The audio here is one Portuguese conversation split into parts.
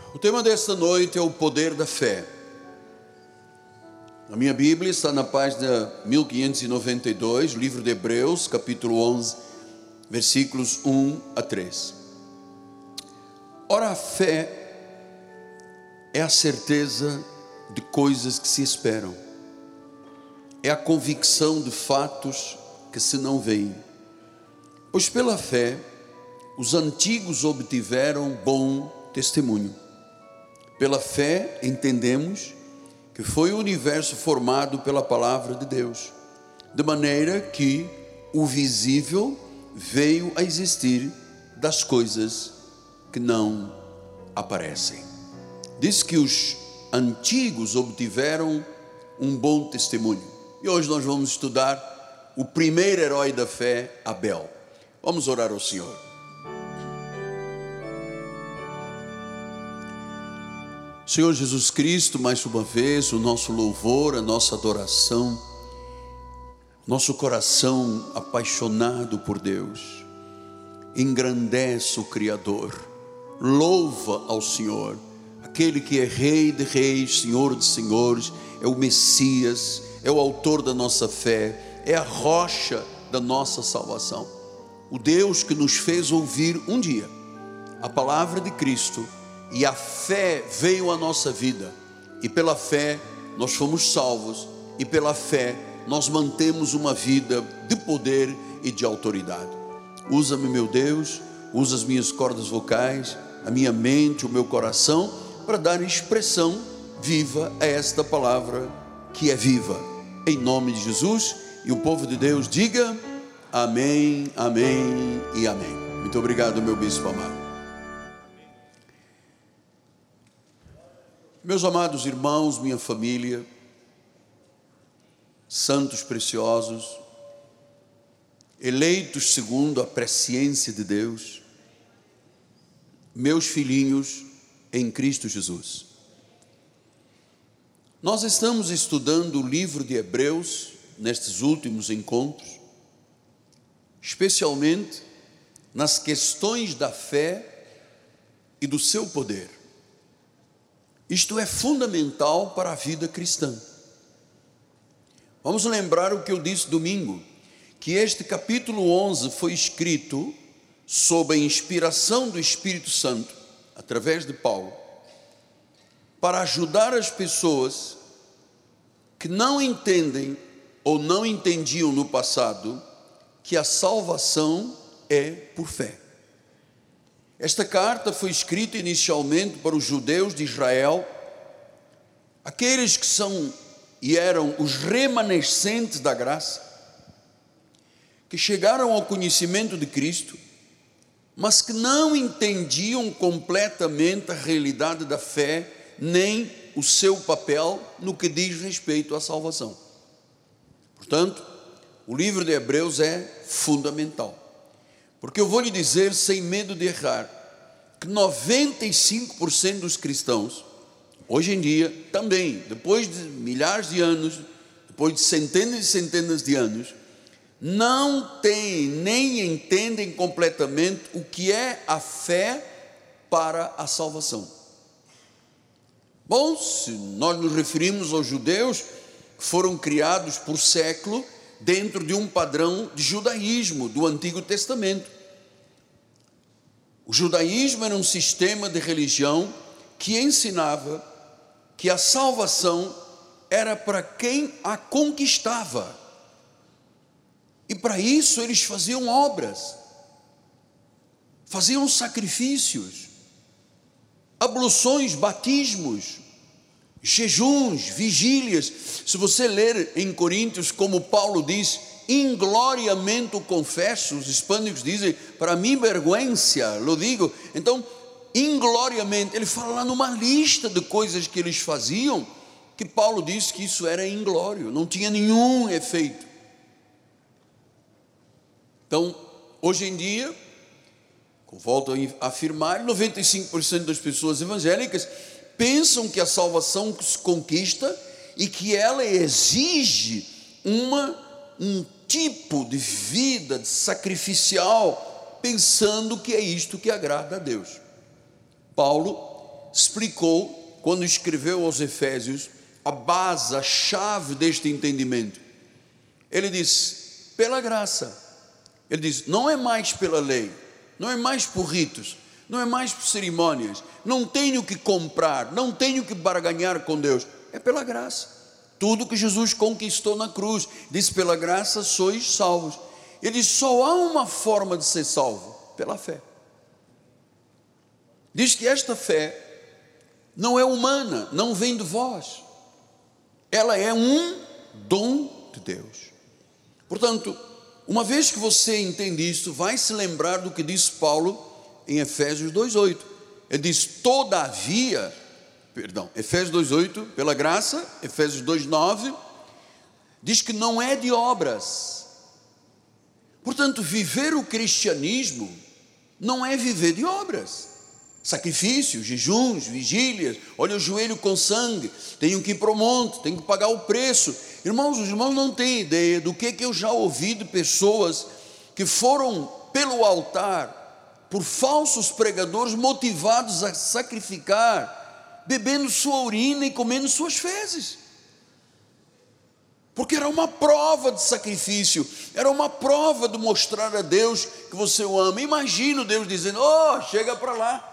O tema desta noite é o poder da fé. A minha Bíblia está na página 1592, livro de Hebreus, capítulo 11, versículos 1 a 3. Ora, a fé é a certeza de coisas que se esperam, é a convicção de fatos que se não veem. Pois pela fé, os antigos obtiveram bom testemunho. Pela fé, entendemos que foi o universo formado pela palavra de Deus, de maneira que o visível veio a existir das coisas que não aparecem. Diz que os antigos obtiveram um bom testemunho. E hoje nós vamos estudar o primeiro herói da fé, Abel. Vamos orar ao Senhor. Senhor Jesus Cristo, mais uma vez, o nosso louvor, a nossa adoração, nosso coração apaixonado por Deus, engrandece o Criador, louva ao Senhor, aquele que é Rei de reis, Senhor de senhores, é o Messias, é o autor da nossa fé, é a rocha da nossa salvação, o Deus que nos fez ouvir um dia a palavra de Cristo, e a fé veio à nossa vida, e pela fé nós fomos salvos, e pela fé nós mantemos uma vida de poder e de autoridade. Usa-me, meu Deus, usa as minhas cordas vocais, a minha mente, o meu coração, para dar expressão viva a esta palavra que é viva, em nome de Jesus. E o povo de Deus diga amém, amém e amém. Muito obrigado, meu bispo amado. Meus amados irmãos, minha família, santos preciosos, eleitos segundo a presciência de Deus, meus filhinhos em Cristo Jesus. Nós estamos estudando o livro de Hebreus nestes últimos encontros, especialmente nas questões da fé e do seu poder. Isto é fundamental para a vida cristã. Vamos lembrar o que eu disse domingo, que este capítulo 11 foi escrito sob a inspiração do Espírito Santo, através de Paulo, para ajudar as pessoas que não entendem ou não entendiam no passado que a salvação é por fé. Esta carta foi escrita inicialmente para os judeus de Israel, aqueles que são e eram os remanescentes da graça, que chegaram ao conhecimento de Cristo, mas que não entendiam completamente a realidade da fé, nem o seu papel no que diz respeito à salvação. Portanto, o livro de Hebreus é fundamental. Porque eu vou lhe dizer, sem medo de errar, que 95% dos cristãos, hoje em dia, também, depois de milhares de anos, depois de centenas e centenas de anos, não têm, nem entendem completamente o que é a fé para a salvação. Bom, se nós nos referimos aos judeus, que foram criados por século, dentro de um padrão de judaísmo do Antigo Testamento. O judaísmo era um sistema de religião que ensinava que a salvação era para quem a conquistava. E para isso eles faziam obras, faziam sacrifícios, abluções, batismos, jejuns, vigílias. Se você ler em Coríntios, como Paulo diz, ingloriamente o confesso, os hispânicos dizem, para mim vergüenza, lo digo. Então, ingloriamente, ele fala lá numa lista de coisas que eles faziam, que Paulo diz que isso era inglório, não tinha nenhum efeito. Então, hoje em dia, volto a afirmar, 95% das pessoas evangélicas pensam que a salvação se conquista e que ela exige um tipo de vida sacrificial, pensando que é isto que agrada a Deus. Paulo explicou, quando escreveu aos Efésios, a base, a chave deste entendimento. Ele diz, pela graça. Ele diz, não é mais pela lei, não é mais por ritos, não é mais por cerimônias, não tenho que comprar, não tenho que barganhar com Deus, é pela graça. Tudo que Jesus conquistou na cruz, disse, pela graça sois salvos. Ele diz, só há uma forma de ser salvo, pela fé. Diz que esta fé não é humana, não vem de vós, ela é um dom de Deus. Portanto, uma vez que você entende isso, vai se lembrar do que disse Paulo em Efésios 2,8. Ele diz, Efésios 2,8, pela graça. Efésios 2,9, diz que não é de obras. Portanto, viver o cristianismo não é viver de obras. Sacrifícios, jejuns, vigílias, olha o joelho com sangue, tenho que ir para o monte, tenho que pagar o preço. Irmãos, os irmãos não têm ideia do que eu já ouvi de pessoas que foram pelo altar por falsos pregadores motivados a sacrificar, bebendo sua urina e comendo suas fezes, porque era uma prova de sacrifício, era uma prova de mostrar a Deus que você o ama. Imagina Deus dizendo, chega para lá.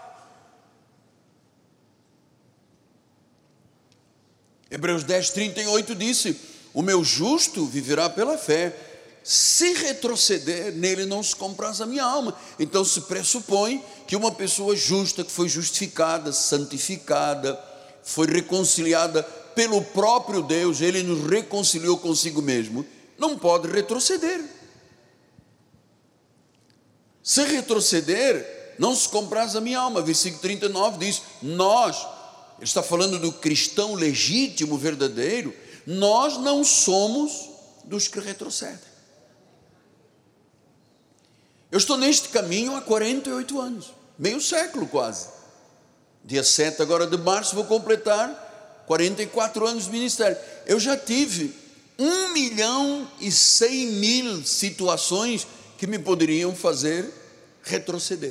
Hebreus 10:38 disse, o meu justo viverá pela fé, se retroceder, nele não se compraz a minha alma. Então se pressupõe que uma pessoa justa, que foi justificada, santificada, foi reconciliada pelo próprio Deus, ele nos reconciliou consigo mesmo, não pode retroceder. Se retroceder, não se compraz a minha alma. Versículo 39 diz, ele está falando do cristão legítimo, verdadeiro, nós não somos dos que retrocedem. Eu estou neste caminho há 48 anos, meio século quase. Dia 7 agora de março vou completar 44 anos de ministério. Eu já tive 1.100.000 situações que me poderiam fazer retroceder.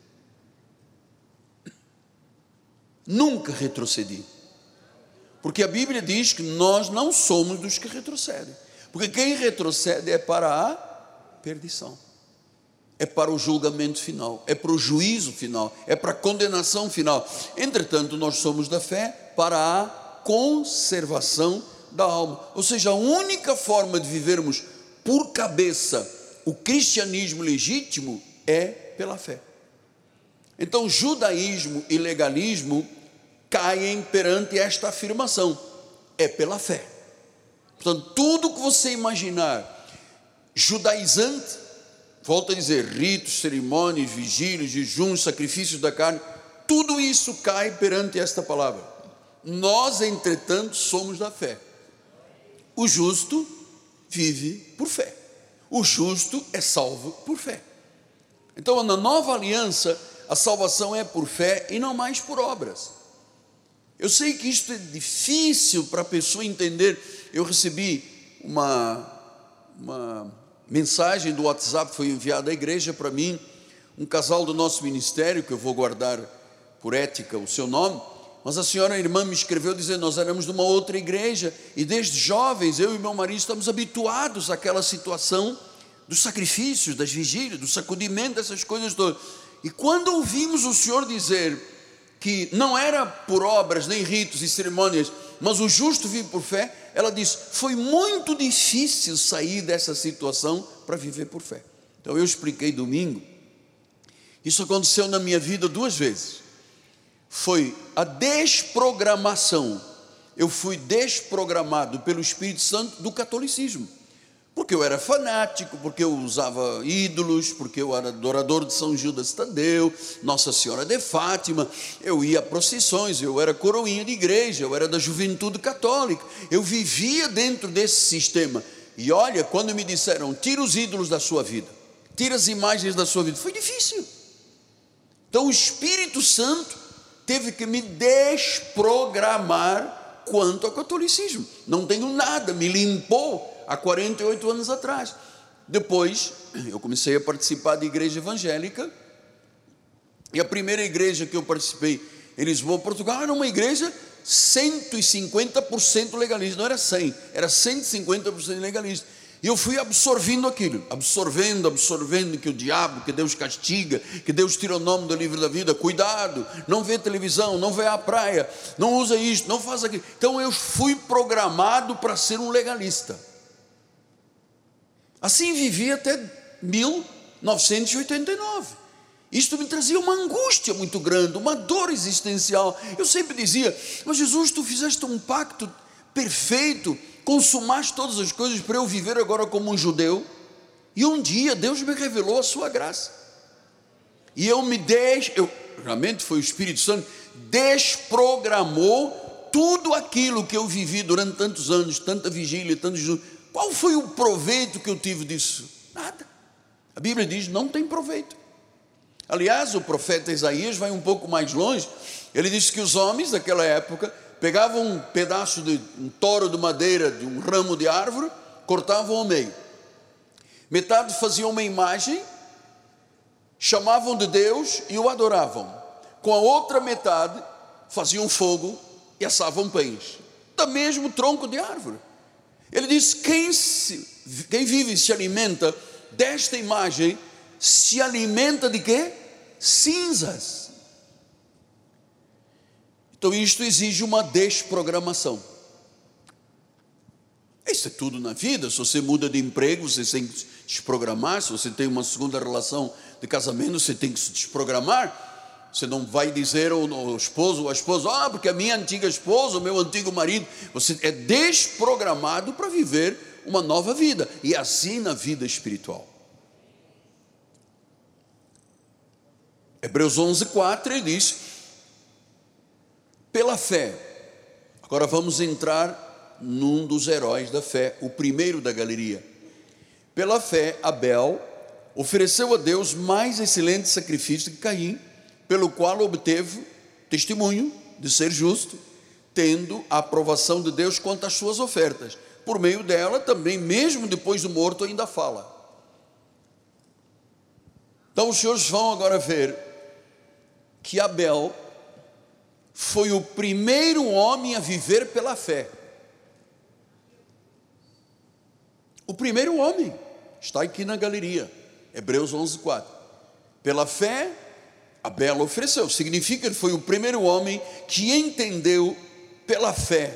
Nunca retrocedi, porque a Bíblia diz que nós não somos dos que retrocedem, porque quem retrocede é para a perdição, é para o julgamento final, é para o juízo final, é para a condenação final. Entretanto, nós somos da fé para a conservação da alma, ou seja, a única forma de vivermos por cabeça o cristianismo legítimo é pela fé. Então, judaísmo e legalismo caem perante esta afirmação, é pela fé. Portanto, tudo que você imaginar judaizante, volto a dizer, ritos, cerimônias, vigílias, jejuns, sacrifícios da carne, tudo isso cai perante esta palavra. Nós, entretanto, somos da fé. O justo vive por fé, o justo é salvo por fé. Então, na nova aliança, a salvação é por fé e não mais por obras. Eu sei que isto é difícil para a pessoa entender. Eu recebi uma mensagem do WhatsApp, foi enviada à igreja para mim, um casal do nosso ministério, que eu vou guardar por ética o seu nome, mas a senhora, a irmã, me escreveu dizendo, nós éramos de uma outra igreja, e desde jovens, eu e meu marido estamos habituados àquela situação dos sacrifícios, das vigílias, do sacudimento, dessas coisas todas. E quando ouvimos o Senhor dizer que não era por obras, nem ritos e cerimônias, mas o justo vive por fé, ela disse, foi muito difícil sair dessa situação para viver por fé. Então eu expliquei domingo, isso aconteceu na minha vida 2 vezes, foi a desprogramação, eu fui desprogramado pelo Espírito Santo do catolicismo, porque eu era fanático, porque eu usava ídolos, porque eu era adorador de São Judas Tadeu, Nossa Senhora de Fátima, eu ia a procissões, eu era coroinha de igreja, eu era da juventude católica, eu vivia dentro desse sistema. E olha, quando me disseram, tira os ídolos da sua vida, tira as imagens da sua vida, foi difícil. Então o Espírito Santo teve que me desprogramar quanto ao catolicismo. Não tenho nada, me limpou há 48 anos atrás. Depois eu comecei a participar de igreja evangélica, e a primeira igreja que eu participei em Lisboa, Portugal, era uma igreja 150% legalista, não era 100, era 150% legalista. E eu fui absorvendo aquilo, absorvendo, que o diabo, que Deus castiga, que Deus tira o nome do livro da vida, cuidado, não vê televisão, não vê a praia, não usa isto, não faz aquilo. Então eu fui programado para ser um legalista. Assim vivi até 1989. Isto me trazia uma angústia muito grande, uma dor existencial. Eu sempre dizia: mas Jesus, tu fizeste um pacto perfeito, consumaste todas as coisas para eu viver agora como um judeu, e um dia Deus me revelou a sua graça, e realmente foi o Espírito Santo, desprogramou tudo aquilo que eu vivi durante tantos anos, tanta vigília, tanto jejum. Qual foi o proveito que eu tive disso? Nada. A Bíblia diz: não tem proveito. Aliás, o profeta Isaías vai um pouco mais longe. Ele diz que os homens daquela época pegavam um pedaço de um toro de madeira, de um ramo de árvore, cortavam ao meio, metade faziam uma imagem, chamavam de Deus e o adoravam, com a outra metade faziam fogo e assavam pães, do mesmo tronco de árvore. Ele diz: quem vive e se alimenta desta imagem, se alimenta de quê? Cinzas. Então isto exige uma desprogramação. Isso é tudo na vida. Se você muda de emprego, você tem que se desprogramar. Se você tem uma segunda relação de casamento, você tem que se desprogramar. Você não vai dizer ao esposo ou à esposa: porque a minha antiga esposa, o meu antigo marido. Você é desprogramado para viver uma nova vida. E assim na vida espiritual. Hebreus 11:4, ele diz: pela fé. Agora vamos entrar num dos heróis da fé, o primeiro da galeria. Pela fé, Abel ofereceu a Deus mais excelente sacrifício que Caim, pelo qual obteve testemunho de ser justo, tendo a aprovação de Deus quanto às suas ofertas. Por meio dela também, mesmo depois do morto, ainda fala. Então os senhores vão agora ver que Abel foi o primeiro homem a viver pela fé. O primeiro homem, está aqui na galeria, Hebreus 11:4. Pela fé, Abel ofereceu, significa que ele foi o primeiro homem que entendeu pela fé.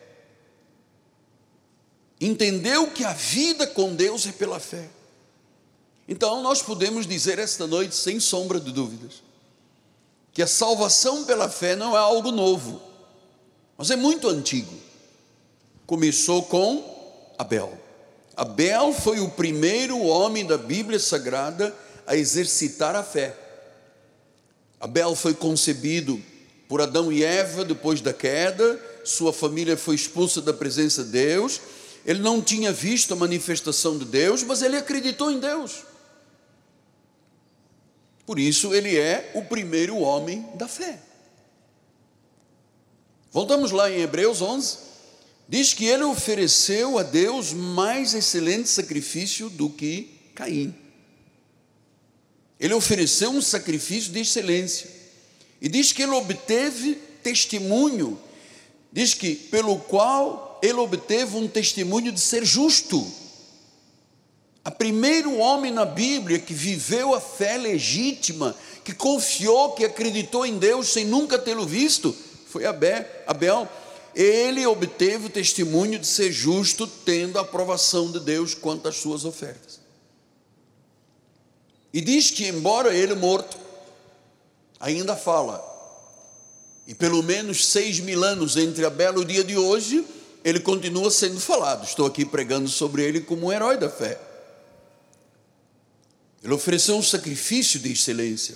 Entendeu que a vida com Deus é pela fé. Então nós podemos dizer esta noite, sem sombra de dúvidas, que a salvação pela fé não é algo novo, mas é muito antigo. Começou com Abel. Abel foi o primeiro homem da Bíblia Sagrada a exercitar a fé. Abel foi concebido por Adão e Eva depois da queda, sua família foi expulsa da presença de Deus, ele não tinha visto a manifestação de Deus, mas ele acreditou em Deus. Por isso ele é o primeiro homem da fé. Voltamos lá em Hebreus 11, diz que ele ofereceu a Deus mais excelente sacrifício do que Caim. Ele ofereceu um sacrifício de excelência, e diz que ele obteve testemunho, diz que pelo qual ele obteve um testemunho de ser justo. O primeiro homem na Bíblia que viveu a fé legítima, que confiou, que acreditou em Deus sem nunca tê-lo visto, foi Abel. Ele obteve o testemunho de ser justo, tendo a aprovação de Deus quanto às suas ofertas. E diz que, embora ele morto, ainda fala. E pelo menos 6.000 anos entre Abel e o dia de hoje, ele continua sendo falado. Estou aqui pregando sobre ele como um herói da fé. Ele ofereceu um sacrifício de excelência.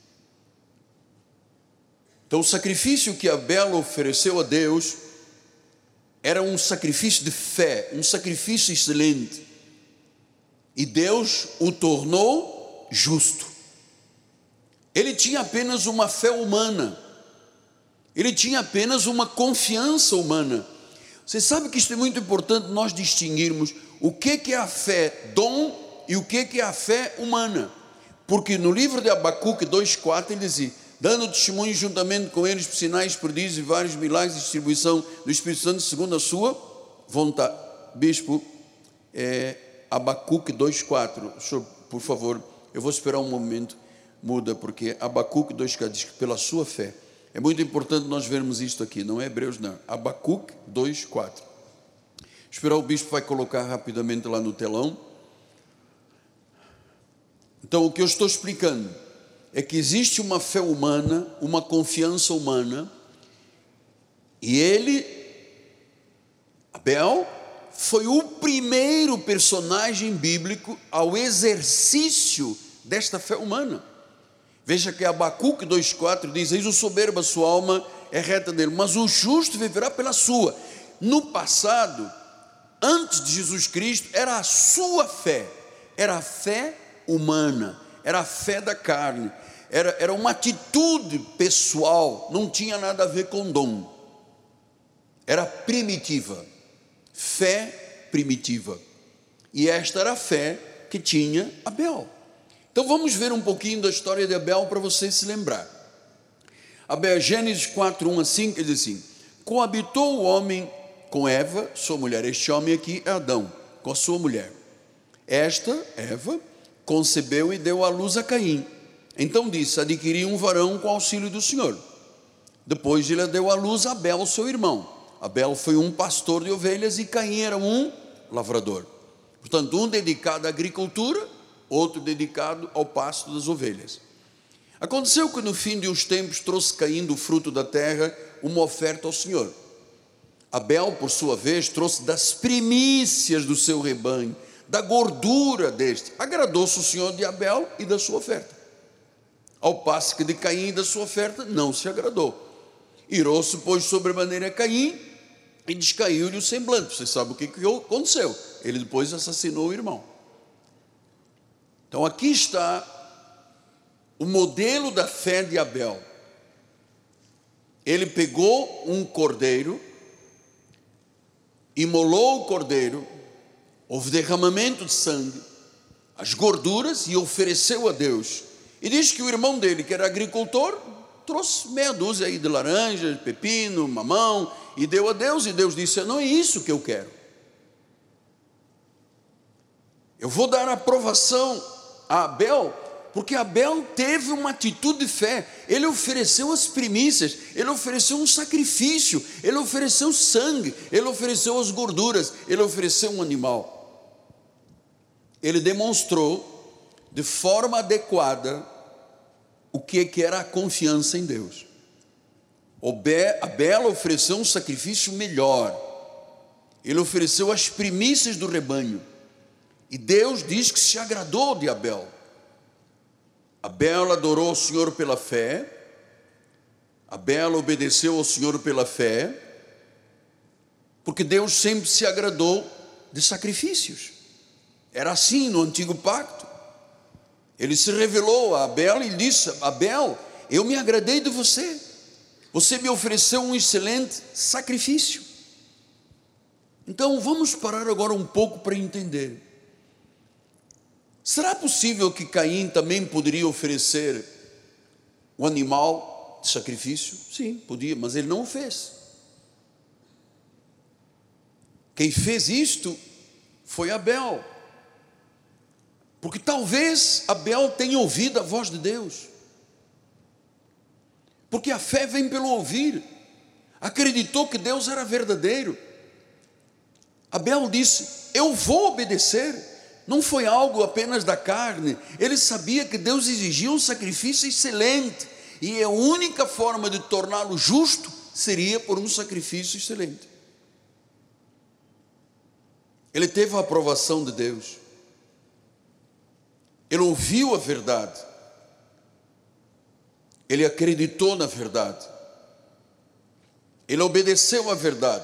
Então o sacrifício que Abel ofereceu a Deus era um sacrifício de fé, um sacrifício excelente. E Deus o tornou justo. Ele tinha apenas uma fé humana. Ele tinha apenas uma confiança humana. Você sabe que isso é muito importante nós distinguirmos o que é a fé dom e o que é a fé humana. Porque no livro de Abacuque 2:4 ele diz: dando testemunho juntamente com eles por sinais, prodígios e vários milagres de distribuição do Espírito Santo segundo a sua vontade. Bispo, Abacuque 2,4, senhor, por favor, eu vou esperar um momento, muda, porque Abacuque 2,4 diz que pela sua fé, é muito importante nós vermos isto aqui, não é Hebreus não, Abacuque 2,4, esperar, o bispo vai colocar rapidamente lá no telão. Então o que eu estou explicando é que existe uma fé humana, uma confiança humana, e ele, Abel, foi o primeiro personagem bíblico ao exercício desta fé humana. Veja que Abacuque 2,4 diz: eis o soberbo, a sua alma é reta dele, mas o justo viverá pela sua. No passado, antes de Jesus Cristo, era a sua fé, era a fé humana, era a fé da carne, era uma atitude pessoal, não tinha nada a ver com dom, era primitiva, fé primitiva, e esta era a fé que tinha Abel. Então vamos ver um pouquinho da história de Abel para você se lembrar. Abel, Gênesis 4, 1 a 5, ele diz assim: coabitou o homem com Eva, sua mulher. Este homem aqui é Adão, com a sua mulher. Esta, Eva, concebeu e deu à luz a Caim. Então disse: adquiri um varão com auxílio do Senhor. Depois ele deu à luz a Abel, seu irmão. Abel foi um pastor de ovelhas e Caim era um lavrador. Portanto, um dedicado à agricultura, outro dedicado ao pasto das ovelhas. Aconteceu que no fim de uns tempos trouxe Caim do fruto da terra uma oferta ao Senhor. Abel, por sua vez, trouxe das primícias do seu rebanho, da gordura deste. Agradou-se o Senhor de Abel e da sua oferta, ao passo que de Caim e da sua oferta não se agradou. Irou-se, pois, sobremaneira Caim e descaiu-lhe o semblante. Você sabe o que aconteceu? Ele depois assassinou o irmão. Então aqui está o modelo da fé de Abel. Ele pegou um cordeiro, imolou o cordeiro, houve derramamento de sangue, as gorduras, e ofereceu a Deus. E diz que o irmão dele, que era agricultor, trouxe meia dúzia aí de laranja, pepino, mamão, e deu a Deus, e Deus disse: não é isso que eu quero. Eu vou dar aprovação a Abel, porque Abel teve uma atitude de fé. Ele ofereceu as primícias, ele ofereceu um sacrifício, ele ofereceu sangue, ele ofereceu as gorduras, ele ofereceu um animal. Ele demonstrou de forma adequada o que era a confiança em Deus. Abel ofereceu um sacrifício melhor, ele ofereceu as primícias do rebanho, e Deus diz que se agradou de Abel. Abel adorou o Senhor pela fé, Abel obedeceu ao Senhor pela fé, porque Deus sempre se agradou de sacrifícios. Era assim no antigo pacto. Ele se revelou a Abel e disse: Abel, eu me agradei de você, você me ofereceu um excelente sacrifício. Então vamos parar agora um pouco para entender. Será possível que Caim também poderia oferecer um animal de sacrifício? Sim, podia, mas ele não o fez. Quem fez isto foi Abel, porque talvez Abel tenha ouvido a voz de Deus, porque a fé vem pelo ouvir. Acreditou que Deus era verdadeiro. Abel disse: eu vou obedecer. Não foi algo apenas da carne, ele sabia que Deus exigia um sacrifício excelente, e a única forma de torná-lo justo seria por um sacrifício excelente. Ele teve a aprovação de Deus, ele ouviu a verdade, ele acreditou na verdade, ele obedeceu à verdade,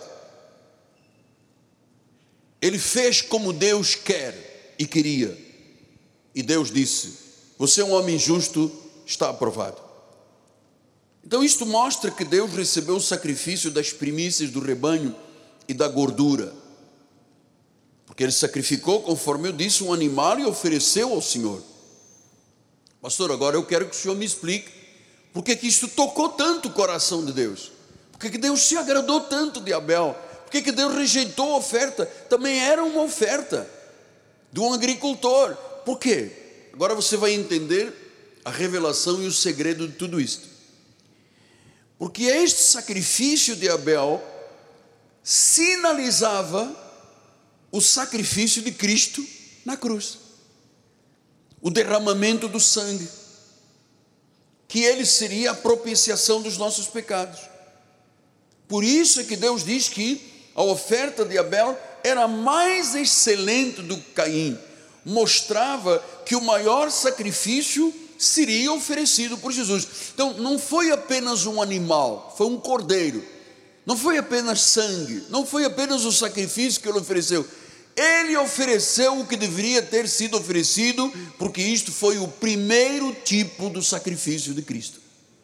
ele fez como Deus quer e queria, e Deus disse: você é um homem justo, está aprovado. Então isto mostra que Deus recebeu o sacrifício das primícias do rebanho e da gordura, porque ele sacrificou, conforme eu disse, um animal e ofereceu ao Senhor. Pastor, agora eu quero que o senhor me explique Por que que isto tocou tanto o coração de Deus? Por que que Deus se agradou tanto de Abel? Por que que Deus rejeitou a oferta? Também era uma oferta de um agricultor. Por quê? Agora você vai entender a revelação e o segredo de tudo isto. Porque este sacrifício de Abel sinalizava o sacrifício de Cristo na cruz, o derramamento do sangue, que ele seria a propiciação dos nossos pecados. Por isso é que Deus diz que a oferta de Abel era mais excelente do que Caim, mostrava que o maior sacrifício seria oferecido por Jesus. Então não foi apenas um animal, foi um cordeiro, não foi apenas sangue, não foi apenas o sacrifício que ele ofereceu. Ele ofereceu o que deveria ter sido oferecido, porque isto foi o primeiro tipo do sacrifício de Cristo.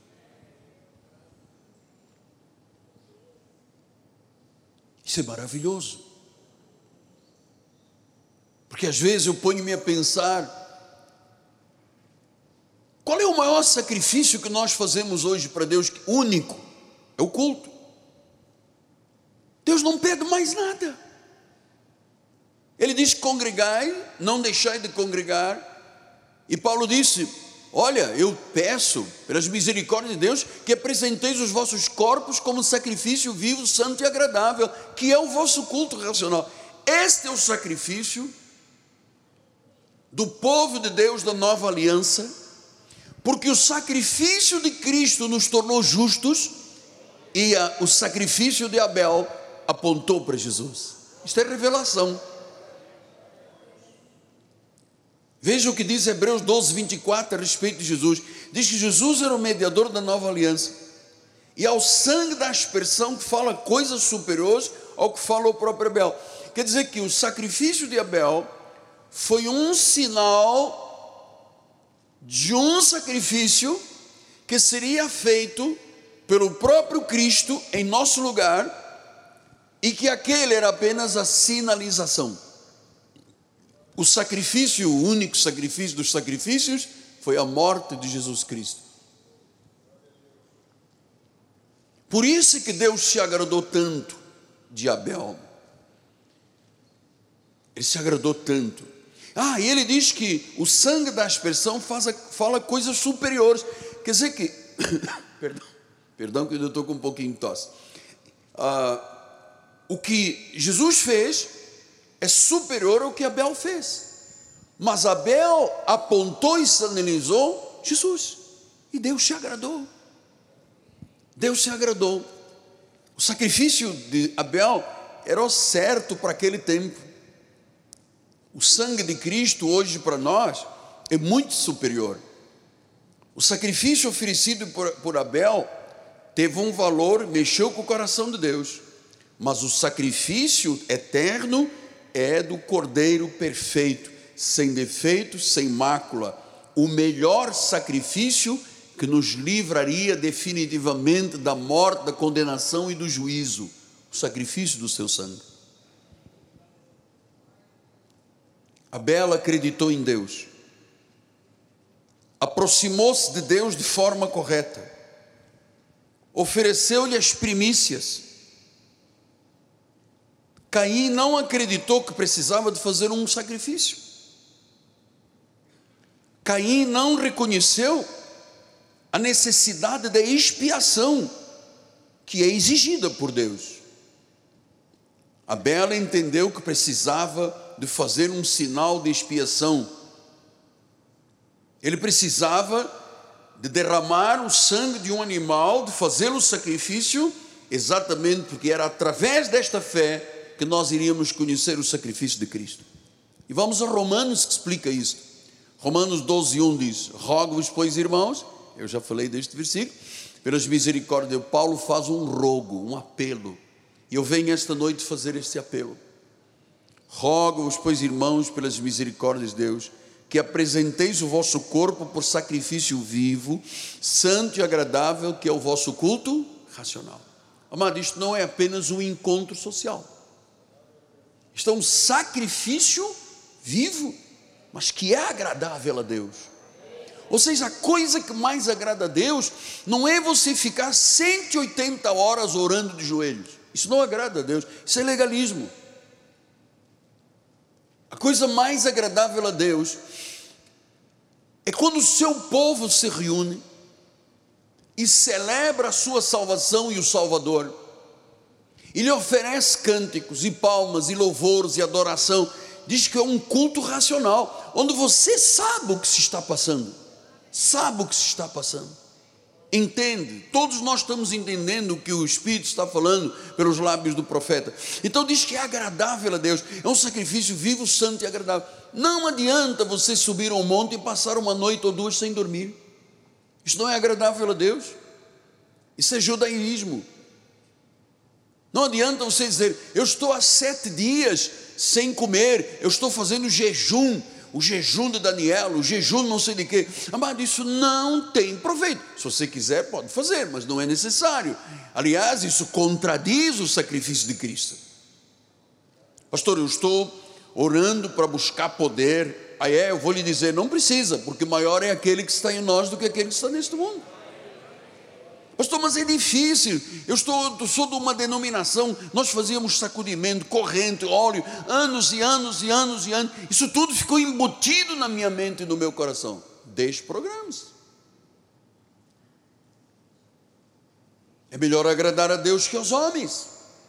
Isso é maravilhoso, porque às vezes eu ponho-me a pensar: qual é o maior sacrifício que nós fazemos hoje para Deus? Único, é o culto. Deus não pede mais nada. Ele diz: congregai, não deixai de congregar. E Paulo disse: olha, eu peço, pelas misericórdias de Deus, que apresenteis os vossos corpos como sacrifício vivo, santo e agradável, que é o vosso culto racional. Este é o sacrifício do povo de Deus da nova aliança, porque o sacrifício de Cristo nos tornou justos, e o sacrifício de Abel apontou para Jesus. Isto é revelação. Veja o que diz Hebreus 12, 24 a respeito de Jesus. Diz que Jesus era o mediador da nova aliança, e ao sangue da aspersão que fala coisas superiores ao que fala o próprio Abel. Quer dizer que o sacrifício de Abel foi um sinal de um sacrifício que seria feito pelo próprio Cristo em nosso lugar, e que aquele era apenas a sinalização. O sacrifício, o único sacrifício dos sacrifícios, foi a morte de Jesus Cristo. Por isso é que Deus se agradou tanto de Abel. Ele se agradou tanto. E ele diz que o sangue da aspersão fala coisas superiores. Quer dizer que, perdão que eu estou com um pouquinho de tosse. O que Jesus fez é superior ao que Abel fez, mas Abel apontou e sinalizou Jesus, e Deus se agradou. Deus se agradou. O sacrifício de Abel era o certo para aquele tempo. O sangue de Cristo hoje para nós é muito superior. O sacrifício oferecido por Abel teve um valor, mexeu com o coração de Deus, mas o sacrifício eterno é do Cordeiro perfeito, sem defeito, sem mácula, o melhor sacrifício que nos livraria definitivamente da morte, da condenação e do juízo, o sacrifício do seu sangue. Abel acreditou em Deus, aproximou-se de Deus de forma correta, ofereceu-lhe as primícias. Caim não acreditou que precisava de fazer um sacrifício. Caim não reconheceu a necessidade da expiação que é exigida por Deus. Abel entendeu que precisava de fazer um sinal de expiação. Ele precisava de derramar o sangue de um animal, de fazer o sacrifício, exatamente porque era através desta fé que nós iríamos conhecer o sacrifício de Cristo. E vamos a Romanos, que explica isso. Romanos 12, 1 diz: rogo-vos, pois, irmãos, eu já falei deste versículo, pelas misericórdias de Paulo faz um rogo, um apelo, e eu venho esta noite fazer este apelo. Rogo-vos, pois, irmãos, pelas misericórdias de Deus, que apresenteis o vosso corpo por sacrifício vivo, santo e agradável, que é o vosso culto racional. Amado, isto não é apenas um encontro social. Isto é um sacrifício vivo, mas que é agradável a Deus. Ou seja, a coisa que mais agrada a Deus não é você ficar 180 horas orando de joelhos. Isso não agrada a Deus, isso é legalismo. A coisa mais agradável a Deus é quando o seu povo se reúne e celebra a sua salvação e o Salvador, e lhe oferece cânticos e palmas e louvores e adoração. Diz que é um culto racional, onde você sabe o que se está passando, entende, todos nós estamos entendendo o que o Espírito está falando pelos lábios do profeta. Então diz que é agradável a Deus, é um sacrifício vivo, santo e agradável. Não adianta você subir ao monte e passar uma noite ou duas sem dormir. Isso não é agradável a Deus, isso é judaísmo. Não adianta você dizer, eu estou há 7 dias sem comer, eu estou fazendo jejum, o jejum de Daniel, o jejum não sei de quê. Amado, isso não tem proveito. Se você quiser pode fazer, mas não é necessário. Aliás, isso contradiz o sacrifício de Cristo. Pastor, eu estou orando para buscar poder. Eu vou lhe dizer, não precisa, porque maior é aquele que está em nós do que aquele que está neste mundo. Pastor, mas é difícil, eu sou de uma denominação, nós fazíamos sacudimento, corrente, óleo, anos e anos e anos e anos, isso tudo ficou embutido na minha mente e no meu coração. Deixe programas. É melhor agradar a Deus que aos homens.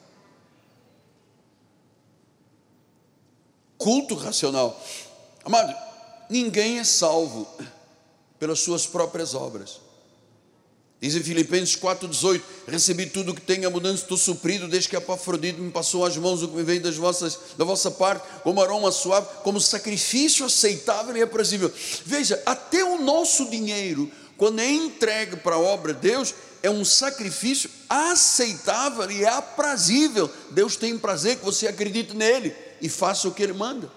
Culto racional. Amado, ninguém é salvo pelas suas próprias obras. Diz em Filipenses 4,18: recebi tudo o que tenho abundância, estou suprido, desde que a Epafrodito me passou às mãos o que me veio da vossa parte, como aroma suave, como sacrifício aceitável e aprazível. Veja, até o nosso dinheiro, quando é entregue para a obra de Deus, é um sacrifício aceitável e aprazível. Deus tem prazer que você acredite nele e faça o que ele manda.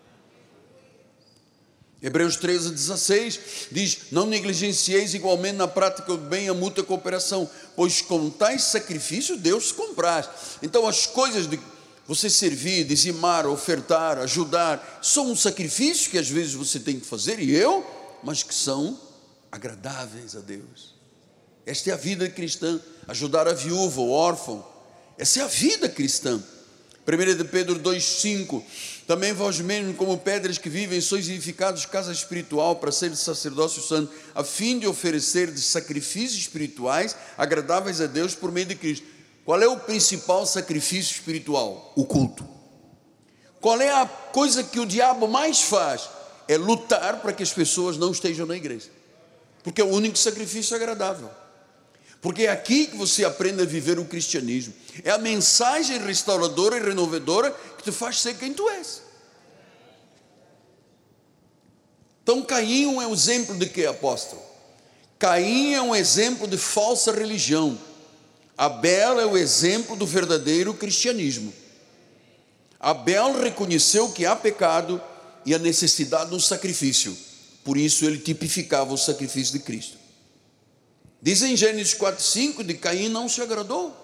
Hebreus 13,16 diz: não negligencieis igualmente na prática do bem a mútua cooperação, pois com tais sacrifícios Deus se compraz. Então as coisas de você servir, dizimar, ofertar, ajudar, são um sacrifício que às vezes você tem que fazer, mas que são agradáveis a Deus. Esta é a vida cristã, ajudar a viúva, o órfão, essa é a vida cristã. 1 de Pedro 2,5: também vós mesmos, como pedras que vivem, sois edificados casa espiritual para ser de sacerdócio santo, a fim de oferecer de sacrifícios espirituais agradáveis a Deus por meio de Cristo. Qual é o principal sacrifício espiritual? O culto. Qual é a coisa que o diabo mais faz? É lutar para que as pessoas não estejam na igreja, porque é o único sacrifício agradável. Porque é aqui que você aprende a viver o cristianismo. É a mensagem restauradora e renovadora que te faz ser quem tu és. Então Caim é um exemplo de quê, apóstolo? Caim é um exemplo de falsa religião. Abel é o exemplo do verdadeiro cristianismo. Abel reconheceu que há pecado e a necessidade de um sacrifício. Por isso ele tipificava o sacrifício de Cristo. Diz em Gênesis 4,5: de Caim não se agradou.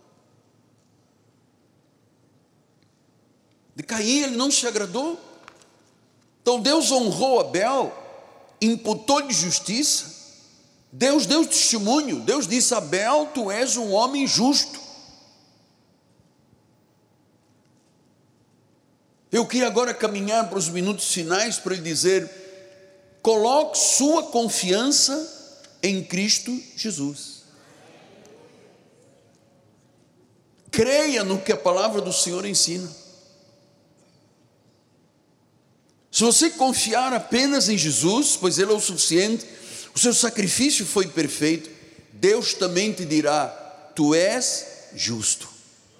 De Caim ele não se agradou. Então Deus honrou Abel, imputou-lhe justiça. Deus deu testemunho. Deus disse: Abel, tu és um homem justo. Eu queria agora caminhar para os minutos finais para lhe dizer: coloque sua confiança em Cristo Jesus. Creia no que a palavra do Senhor ensina. Se você confiar apenas em Jesus, pois Ele é o suficiente, o seu sacrifício foi perfeito, Deus também te dirá: tu és justo.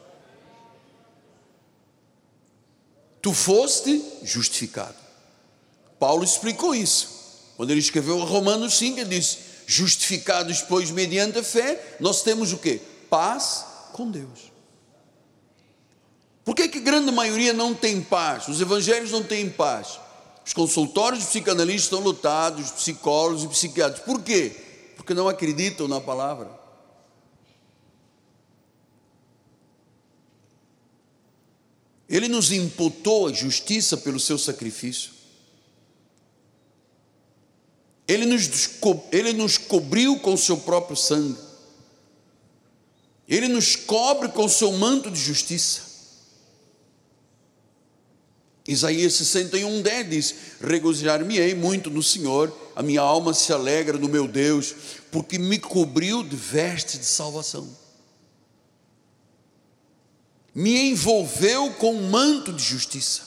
Tu foste justificado. Paulo explicou isso quando ele escreveu a Romanos 5, ele disse: justificados, pois, mediante a fé, nós temos o quê? Paz com Deus. Por que a grande maioria não tem paz? Os evangelhos não têm paz. Os consultórios de psicanalistas estão lotados, os psicólogos e psiquiatras. Por quê? Porque não acreditam na palavra. Ele nos imputou a justiça pelo seu sacrifício. Ele nos cobriu com o seu próprio sangue, Ele nos cobre com o seu manto de justiça. Isaías 61:10 diz: regozijar-me-ei muito no Senhor, a minha alma se alegra no meu Deus, porque me cobriu de vestes de salvação, me envolveu com um manto de justiça,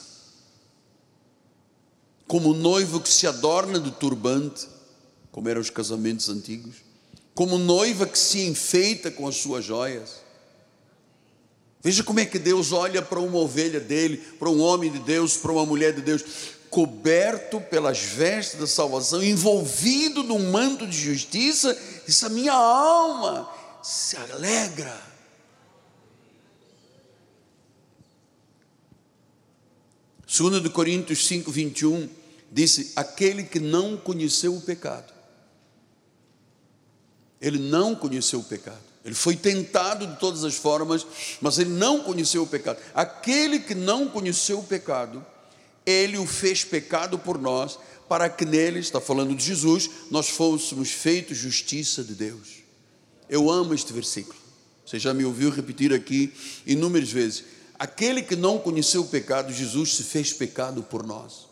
como noivo que se adorna de turbante, como eram os casamentos antigos, como noiva que se enfeita com as suas joias. Veja como é que Deus olha para uma ovelha dele, para um homem de Deus, para uma mulher de Deus, coberto pelas vestes da salvação, envolvido num manto de justiça. Diz: a minha alma se alegra. Segundo de Coríntios 5:21 disse: aquele que não conheceu o pecado. Ele não conheceu o pecado. Ele foi tentado de todas as formas, mas ele não conheceu o pecado. Aquele que não conheceu o pecado, ele o fez pecado por nós, para que nele, está falando de Jesus, nós fôssemos feitos justiça de Deus. Eu amo este versículo. Você já me ouviu repetir aqui inúmeras vezes. Aquele que não conheceu o pecado, Jesus se fez pecado por nós.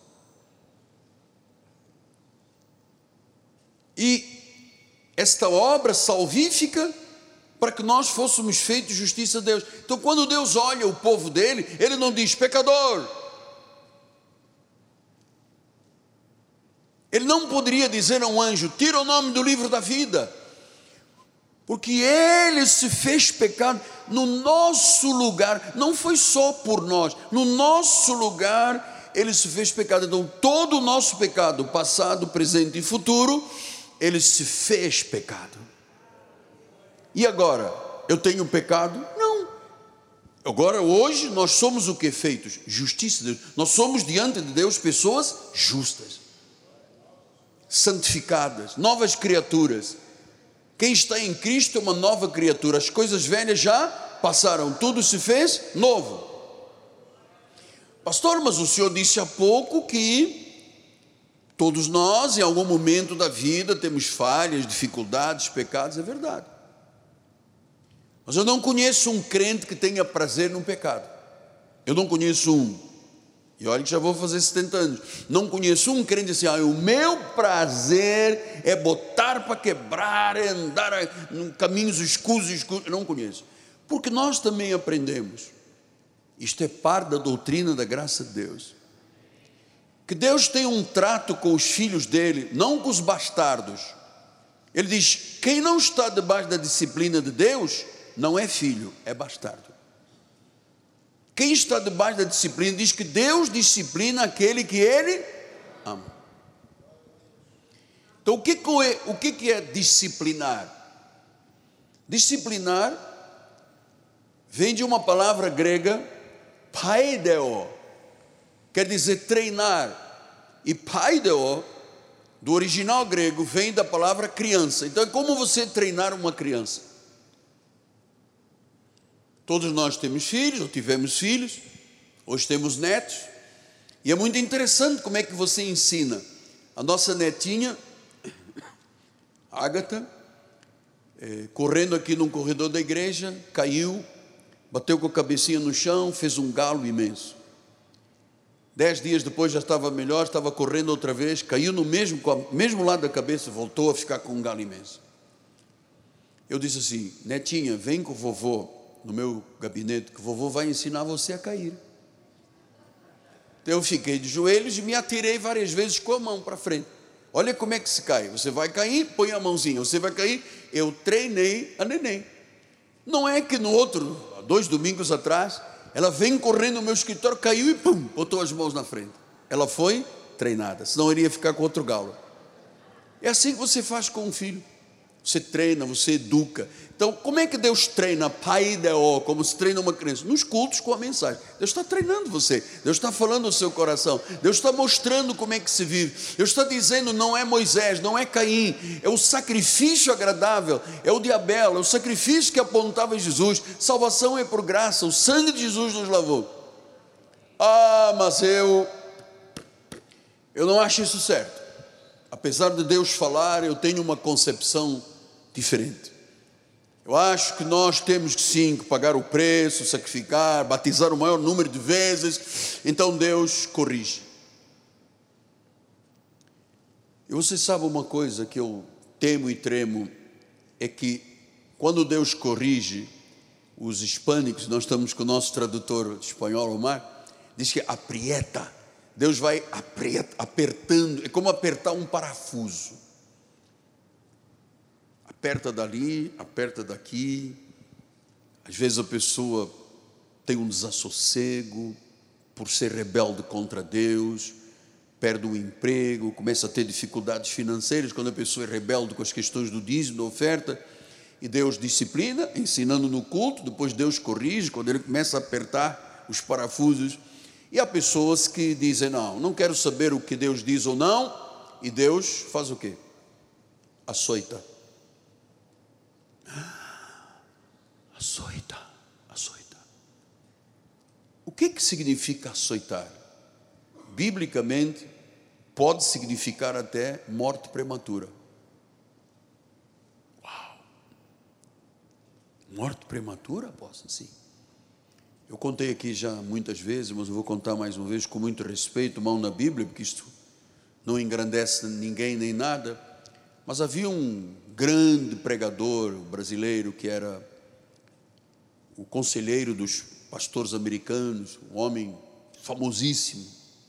E esta obra salvífica, para que nós fôssemos feitos justiça de Deus. Então, quando Deus olha o povo dele, Ele não diz pecador. Ele não poderia dizer a um anjo: tira o nome do livro da vida, porque Ele se fez pecado no nosso lugar. Não foi só por nós, no nosso lugar Ele se fez pecado. Então, todo o nosso pecado, passado, presente e futuro, Ele se fez pecado. E agora, eu tenho pecado? Não. Agora, hoje, nós somos o que feitos? Justiça de Deus. Nós somos diante de Deus pessoas justas, santificadas, novas criaturas. Quem está em Cristo é uma nova criatura. As coisas velhas já passaram, tudo se fez novo. Pastor, mas o senhor disse há pouco que todos nós, em algum momento da vida, temos falhas, dificuldades, pecados. É verdade. Mas eu não conheço um crente que tenha prazer no pecado. Eu não conheço um. E olha que já vou fazer 70 anos. Não conheço um crente assim: o meu prazer é botar para quebrar, é andar em caminhos escuros. Eu não conheço. Porque nós também aprendemos. Isto é parte da doutrina da graça de Deus. Que Deus tem um trato com os filhos dele, não com os bastardos. Ele diz: quem não está debaixo da disciplina de Deus não é filho, é bastardo. Quem está debaixo da disciplina, diz que Deus disciplina aquele que Ele ama. Então, o que é disciplinar? Disciplinar vem de uma palavra grega, paideo, quer dizer treinar. E paideo, do original grego, vem da palavra criança. Então, é como você treinar uma criança. Todos nós temos filhos, ou tivemos filhos, hoje temos netos, e é muito interessante como é que você ensina. A nossa netinha, Ágata, correndo aqui num corredor da igreja, caiu, bateu com a cabecinha no chão, fez um galo imenso. 10 dias depois já estava melhor, estava correndo outra vez, caiu no mesmo lado da cabeça, voltou a ficar com um galo imenso. Eu disse assim: netinha, vem com o vovô no meu gabinete, que o vovô vai ensinar você a cair. Então eu fiquei de joelhos e me atirei várias vezes com a mão para frente. Olha como é que se cai. Você vai cair, põe a mãozinha. Você vai cair. Eu treinei a neném. Não é que no outro, 2 domingos atrás, ela vem correndo no meu escritório, caiu e pum, botou as mãos na frente. Ela foi treinada, senão iria ficar com outro galo. É assim que você faz com um filho. Você treina, você educa. Então, como é que Deus treina? Paideo, como se treina uma criança? Nos cultos com a mensagem. Deus está treinando você. Deus está falando no seu coração. Deus está mostrando como é que se vive. Deus está dizendo: não é Moisés, não é Caim. É o sacrifício agradável. É o de Abel. É o sacrifício que apontava Jesus. Salvação é por graça. O sangue de Jesus nos lavou. Ah, mas eu não acho isso certo. apesar de Deus falar, eu tenho uma concepção diferente. Eu acho que nós temos que sim pagar o preço, sacrificar, batizar o maior número de vezes, então Deus corrige. E você sabe uma coisa que eu temo e tremo, é que quando Deus corrige, os hispânicos, nós estamos com o nosso tradutor espanhol, Omar, diz que aprieta, Deus vai apertando, é como apertar um parafuso, aperta dali, aperta daqui, às vezes a pessoa tem um desassossego, por ser rebelde contra Deus, perde o emprego, começa a ter dificuldades financeiras, quando a pessoa é rebelde com as questões do dízimo, da oferta, e Deus disciplina, ensinando no culto, depois Deus corrige, quando ele começa a apertar os parafusos, e há pessoas que dizem, não quero saber o que Deus diz ou não, e Deus faz o quê? Açoita. Açoita. O que significa açoitar? Biblicamente, pode significar até morte prematura. Uau! Morte prematura, apóstolo? Sim. Eu contei aqui já muitas vezes, mas eu vou contar mais uma vez com muito respeito, mão na Bíblia, porque isto não engrandece ninguém nem nada, mas havia um grande pregador brasileiro que era o conselheiro dos pastores americanos, um homem famosíssimo.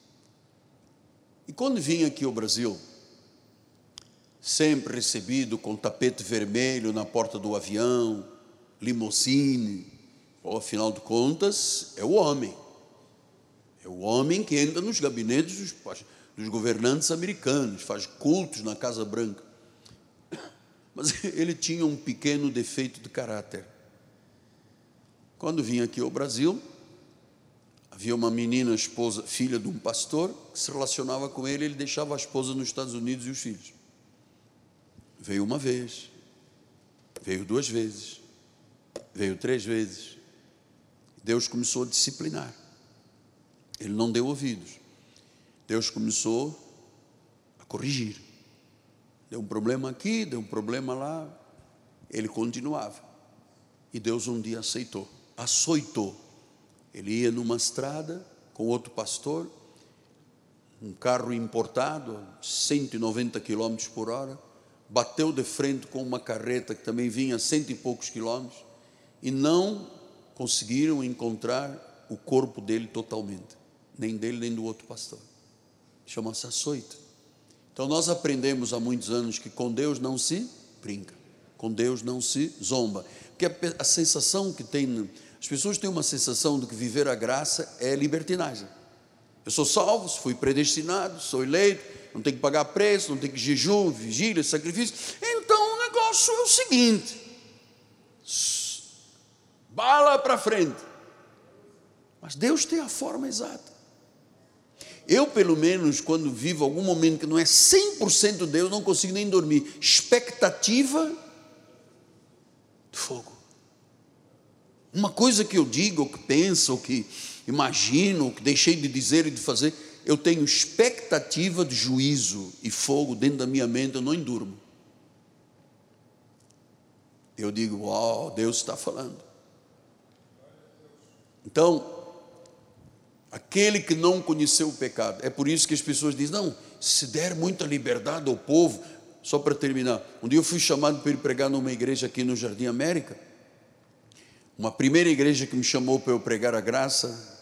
E quando vinha aqui ao Brasil, sempre recebido com tapete vermelho na porta do avião, limousine, afinal de contas, é o homem que entra nos gabinetes dos governantes americanos, faz cultos na Casa Branca. Mas ele tinha um pequeno defeito de caráter. Quando vinha aqui ao Brasil, havia uma menina, esposa, filha de um pastor, que se relacionava com ele, ele deixava a esposa nos Estados Unidos e os filhos. Veio uma vez, veio 2 vezes, veio 3 vezes. Deus começou a disciplinar. Ele não deu ouvidos. Deus começou a corrigir. Deu um problema aqui, deu um problema lá. Ele continuava. E Deus um dia açoitou. Ele ia numa estrada com outro pastor, um carro importado, 190 km por hora, bateu de frente com uma carreta que também vinha a 100 e poucos quilômetros, e não conseguiram encontrar o corpo dele totalmente, nem dele nem do outro pastor. Chama-se açoite. Então nós aprendemos há muitos anos que com Deus não se brinca, com Deus não se zomba, porque a sensação que tem, as pessoas têm uma sensação de que viver a graça é libertinagem. Eu sou salvo, fui predestinado, sou eleito, não tenho que pagar preço, não tenho que jejum, vigília, sacrifício. Então o negócio é o seguinte: bala para frente. Mas Deus tem a forma exata. Eu, pelo menos, quando vivo algum momento que não é 100% Deus, não consigo nem dormir. Expectativa de fogo. Uma coisa que eu digo, ou que penso, ou que imagino, ou que deixei de dizer e de fazer, eu tenho expectativa de juízo e fogo dentro da minha mente, eu não durmo. Eu digo, uau, Deus está falando. Então, aquele que não conheceu o pecado, é por isso que as pessoas dizem, não, se der muita liberdade ao povo. Só para terminar, um dia eu fui chamado para ir pregar numa igreja aqui no Jardim América, uma primeira igreja que me chamou para eu pregar a graça,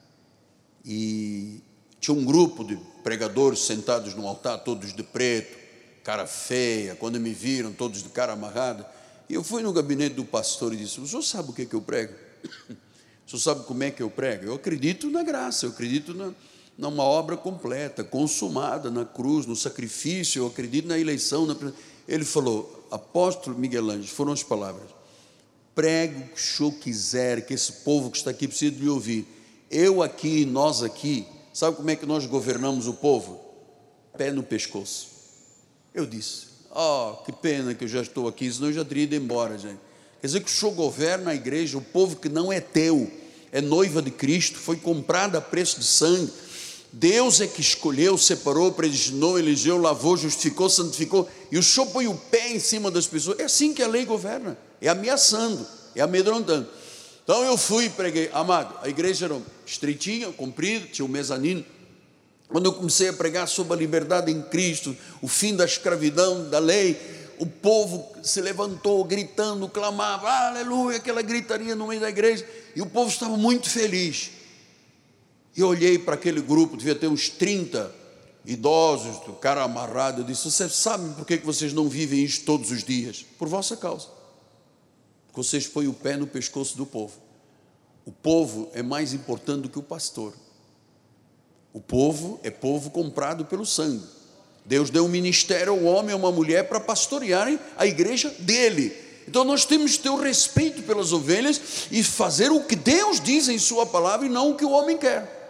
e tinha um grupo de pregadores sentados no altar, todos de preto, cara feia. Quando me viram, todos de cara amarrada, e eu fui no gabinete do pastor e disse, o senhor sabe o que eu prego? O senhor sabe como é que eu prego? Eu acredito na graça, eu acredito numa obra completa, consumada na cruz, no sacrifício, eu acredito na eleição. Ele falou, apóstolo Miguel Ângelo, foram as palavras, pregue o que o senhor quiser, que esse povo que está aqui precisa de me ouvir. Eu aqui, nós aqui, sabe como é que nós governamos o povo? Pé no pescoço. Eu disse, que pena que eu já estou aqui, senão eu já teria ido embora, gente. Quer dizer que o senhor governa a igreja, o povo que não é teu, é noiva de Cristo, foi comprada a preço de sangue, Deus é que escolheu, separou, predestinou, elegeu, lavou, justificou, santificou, e o Senhor põe o pé em cima das pessoas. É assim que a lei governa, é ameaçando, é amedrontando. Então eu fui e preguei, amado, a igreja era estreitinha, comprida, tinha um mezanino. Quando eu comecei a pregar sobre a liberdade em Cristo, o fim da escravidão, da lei, o povo se levantou gritando, clamava, aleluia, aquela gritaria no meio da igreja, e o povo estava muito feliz. E eu olhei para aquele grupo, devia ter uns 30 idosos, o cara amarrado. Eu disse: vocês sabem por que vocês não vivem isso todos os dias? Por vossa causa. Porque vocês põem o pé no pescoço do povo. O povo é mais importante do que o pastor. O povo é povo comprado pelo sangue. Deus deu um ministério ao homem e a uma mulher para pastorearem a igreja dele. Então nós temos que ter o respeito pelas ovelhas e fazer o que Deus diz em sua palavra e não o que o homem quer.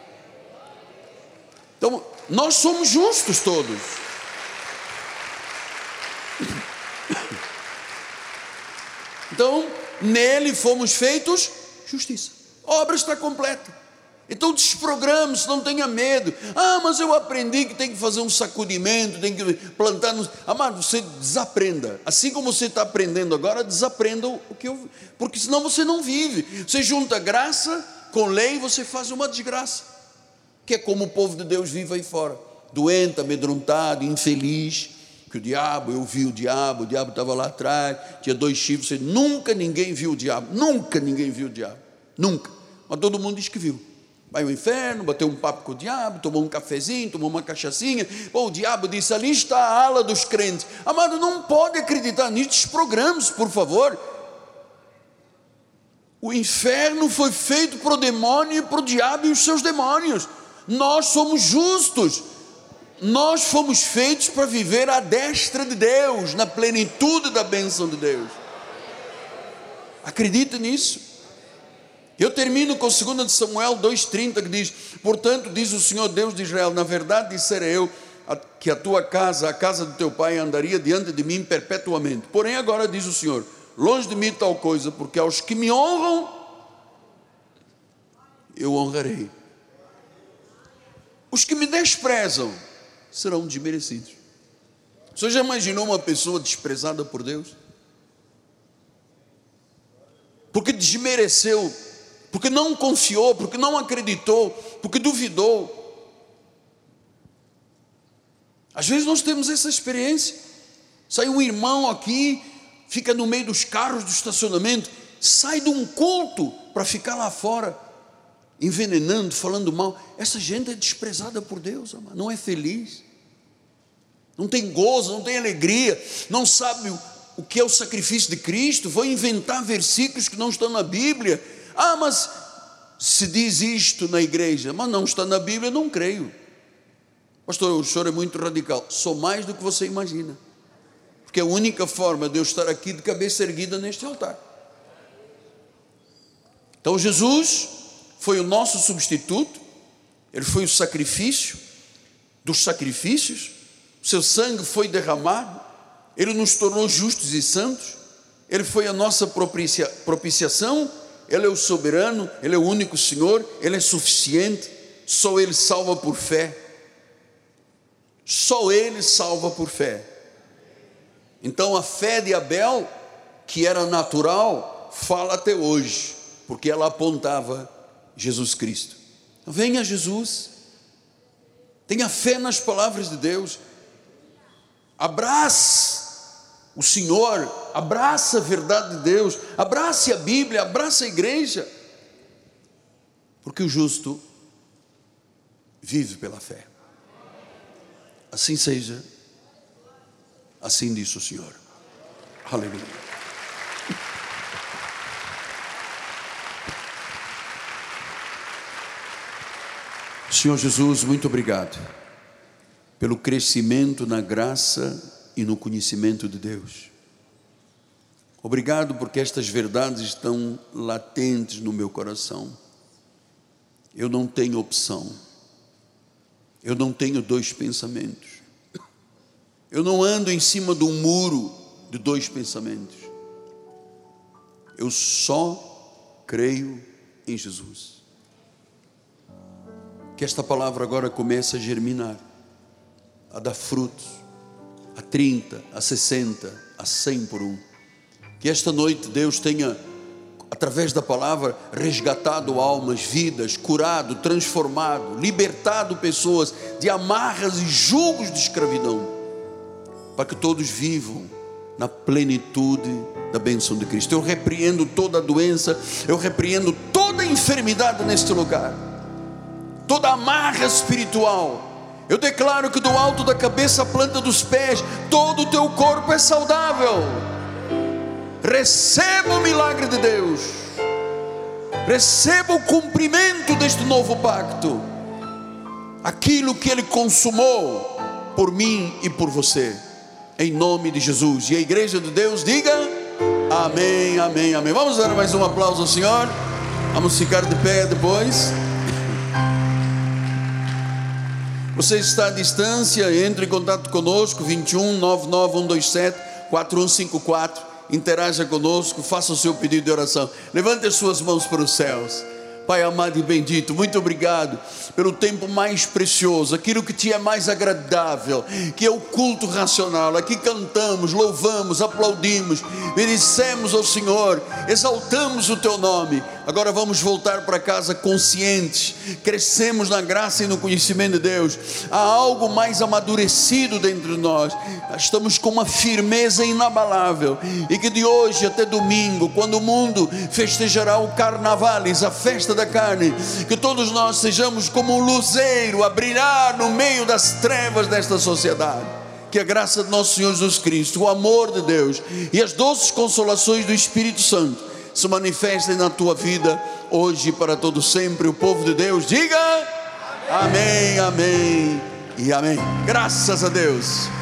Então, nós somos justos todos. Então, nele fomos feitos justiça. A obra está completa. Então, desprograme-se, não tenha medo. Mas eu aprendi que tem que fazer um sacudimento, tem que plantar. Amado, você desaprenda. Assim como você está aprendendo agora, desaprenda o que eu. Porque senão você não vive. Você junta graça com lei, você faz uma desgraça. Que é como o povo de Deus vive aí fora, doente, amedrontado, infeliz, que o diabo, eu vi o diabo estava lá atrás, tinha 2 chifres, nunca ninguém viu o diabo, nunca, mas todo mundo diz que viu, vai ao inferno, bateu um papo com o diabo, tomou um cafezinho, tomou uma cachaçinha, o diabo disse, ali está a ala dos crentes. Amado, não pode acreditar nisso, desprograme-se, por favor. O inferno foi feito para o demônio e para o diabo e os seus demônios. Nós somos justos, nós fomos feitos para viver à destra de Deus, na plenitude da bênção de Deus. Acredita nisso? Eu termino com 2 de Samuel 2,30, que diz: portanto, diz o Senhor Deus de Israel, na verdade dissera eu, que a tua casa, a casa do teu pai, andaria diante de mim perpetuamente. Porém agora diz o Senhor, longe de mim tal coisa, porque aos que me honram, eu honrarei. Os que me desprezam serão desmerecidos. Você já imaginou uma pessoa desprezada por Deus? Porque desmereceu, porque não confiou, porque não acreditou, porque duvidou. Às vezes nós temos essa experiência. Sai um irmão aqui, fica no meio dos carros do estacionamento, sai de um culto para ficar lá fora, envenenando, falando mal. Essa gente é desprezada por Deus, amado. Não é feliz, não tem gozo, não tem alegria, não sabe o que é o sacrifício de Cristo. Vão inventar versículos que não estão na Bíblia. Mas se diz isto na igreja, mas não está na Bíblia, não creio. Pastor, o senhor é muito radical. Sou mais do que você imagina, porque é a única forma de eu estar aqui de cabeça erguida neste altar. Então Jesus foi o nosso substituto, ele foi o sacrifício dos sacrifícios, o seu sangue foi derramado, ele nos tornou justos e santos, ele foi a nossa propiciação, ele é o soberano, ele é o único Senhor, ele é suficiente, só ele salva por fé, só ele salva por fé. Então a fé de Abel, que era natural, fala até hoje, porque ela apontava Jesus Cristo. Então, venha a Jesus, tenha fé nas palavras de Deus, abrace o Senhor, abrace a verdade de Deus, abrace a Bíblia, abrace a igreja, porque o justo vive pela fé. Assim seja, assim disse o Senhor. Aleluia. Senhor Jesus, muito obrigado pelo crescimento na graça e no conhecimento de Deus. Obrigado porque estas verdades estão latentes no meu coração. Eu não tenho opção, eu não tenho 2 pensamentos, eu não ando em cima de um muro de 2 pensamentos, eu só creio em Jesus. que esta palavra agora comece a germinar, a dar frutos, a 30, a 60, a 100 por um. Que esta noite Deus tenha, através da palavra, resgatado almas, vidas, curado, transformado, libertado pessoas de amarras e julgos de escravidão, para que todos vivam na plenitude da bênção de Cristo. Eu repreendo toda a doença, eu repreendo toda a enfermidade neste lugar, toda amarra espiritual. Eu declaro que do alto da cabeça à planta dos pés, todo o teu corpo é saudável. Receba o milagre de Deus, receba o cumprimento deste novo pacto, aquilo que Ele consumou por mim e por você, em nome de Jesus. E a igreja de Deus diga amém, amém, amém. Vamos dar mais um aplauso ao Senhor. Vamos ficar de pé depois. Você está à distância, entre em contato conosco, 21 99 127 4154. Interaja conosco, faça o seu pedido de oração. Levante as suas mãos para os céus. Pai amado e bendito, muito obrigado pelo tempo mais precioso, aquilo que te é mais agradável, que é o culto racional. Aqui cantamos, louvamos, aplaudimos, bendissemos ao Senhor, exaltamos o teu nome. Agora vamos voltar para casa conscientes, crescemos na graça e no conhecimento de Deus. Há algo mais amadurecido dentro de nós, estamos com uma firmeza inabalável, e que de hoje até domingo, quando o mundo festejará o carnavales, a festa da carne, que todos nós sejamos como um luzeiro a brilhar no meio das trevas desta sociedade. Que a graça de nosso Senhor Jesus Cristo, o amor de Deus e as doces consolações do Espírito Santo se manifestem na tua vida hoje e para todo sempre. O povo de Deus diga amém, amém e amém. Graças a Deus.